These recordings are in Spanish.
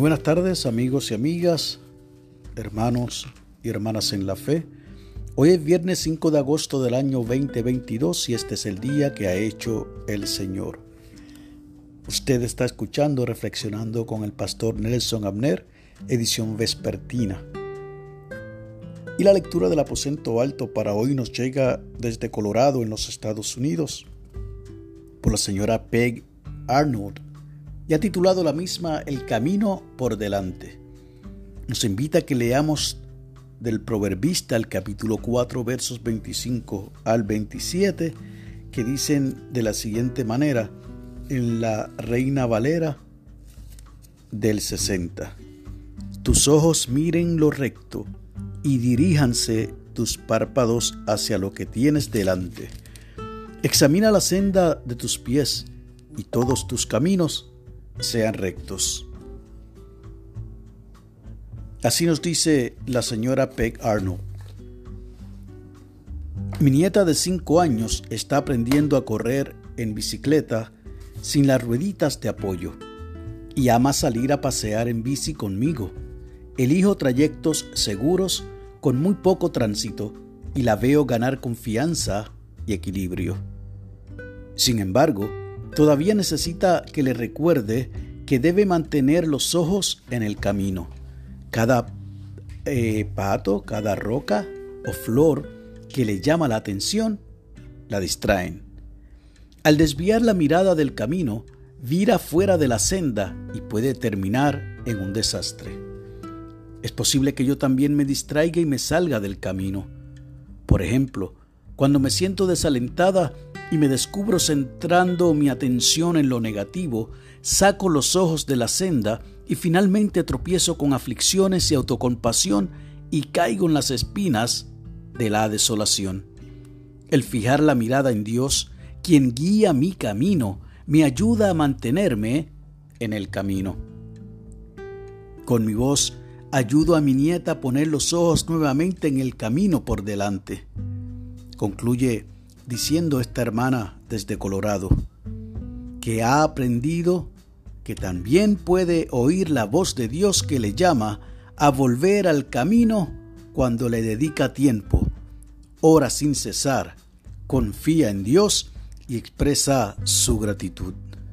Muy buenas tardes, amigos y amigas, hermanos y hermanas en la fe. Hoy es viernes 5 de agosto del año 2022 y este es el día que ha hecho el Señor. Usted está escuchando Reflexionando con el pastor Nelson Abner, edición vespertina. Y la lectura del aposento alto para hoy nos llega desde Colorado, en los Estados Unidos, por la señora Peg Arnold, y ha titulado la misma El camino por delante. Nos invita a que leamos del Proverbista el capítulo 4, versos 25 al 27, que dicen de la siguiente manera, en la Reina Valera del 60. Tus ojos miren lo recto y diríjanse tus párpados hacia lo que tienes delante. Examina la senda de tus pies y todos tus caminos sean rectos. Así nos dice la señora Peg Arnold. Mi nieta de 5 años está aprendiendo a correr en bicicleta sin las rueditas de apoyo y ama salir a pasear en bici conmigo. Elijo trayectos seguros con muy poco tránsito y la veo ganar confianza y equilibrio. Sin embargo, todavía necesita que le recuerde que debe mantener los ojos en el camino. Cada pato, cada roca o flor que le llama la atención, la distraen. Al desviar la mirada del camino, vira fuera de la senda y puede terminar en un desastre. Es posible que yo también me distraiga y me salga del camino. Por ejemplo, cuando me siento desalentada y me descubro centrando mi atención en lo negativo, saco los ojos de la senda y finalmente tropiezo con aflicciones y autocompasión y caigo en las espinas de la desolación. El fijar la mirada en Dios, quien guía mi camino, me ayuda a mantenerme en el camino. Con mi voz, ayudo a mi nieta a poner los ojos nuevamente en el camino por delante. Concluye diciendo esta hermana desde Colorado, que ha aprendido que también puede oír la voz de Dios que le llama a volver al camino cuando le dedica tiempo, ora sin cesar, confía en Dios y expresa su gratitud.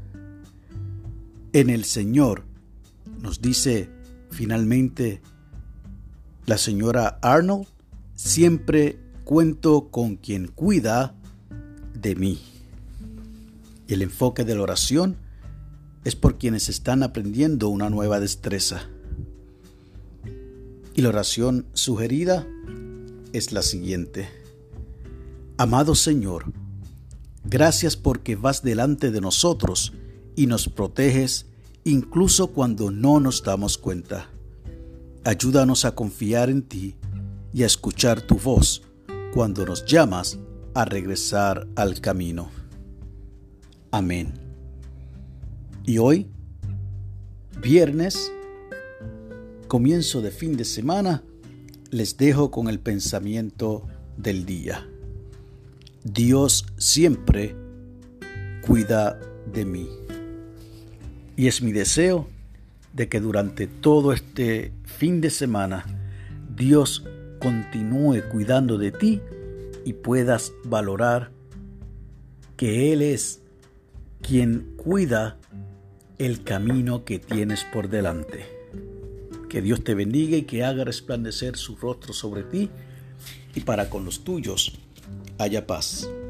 En el Señor, nos dice finalmente la señora Arnold, siempre cuento con quien cuida de mí. El enfoque de la oración es por quienes están aprendiendo una nueva destreza. Y la oración sugerida es la siguiente. Amado Señor, gracias porque vas delante de nosotros y nos proteges incluso cuando no nos damos cuenta. Ayúdanos a confiar en ti y a escuchar tu voz cuando nos llamas a regresar al camino. Amén. Y hoy, viernes, comienzo de fin de semana, les dejo con el pensamiento del día. Dios siempre cuida de mí. Y es mi deseo de que durante todo este fin de semana Dios continúe cuidando de ti y puedas valorar que Él es quien cuida el camino que tienes por delante. Que Dios te bendiga y que haga resplandecer su rostro sobre ti y para con los tuyos haya paz.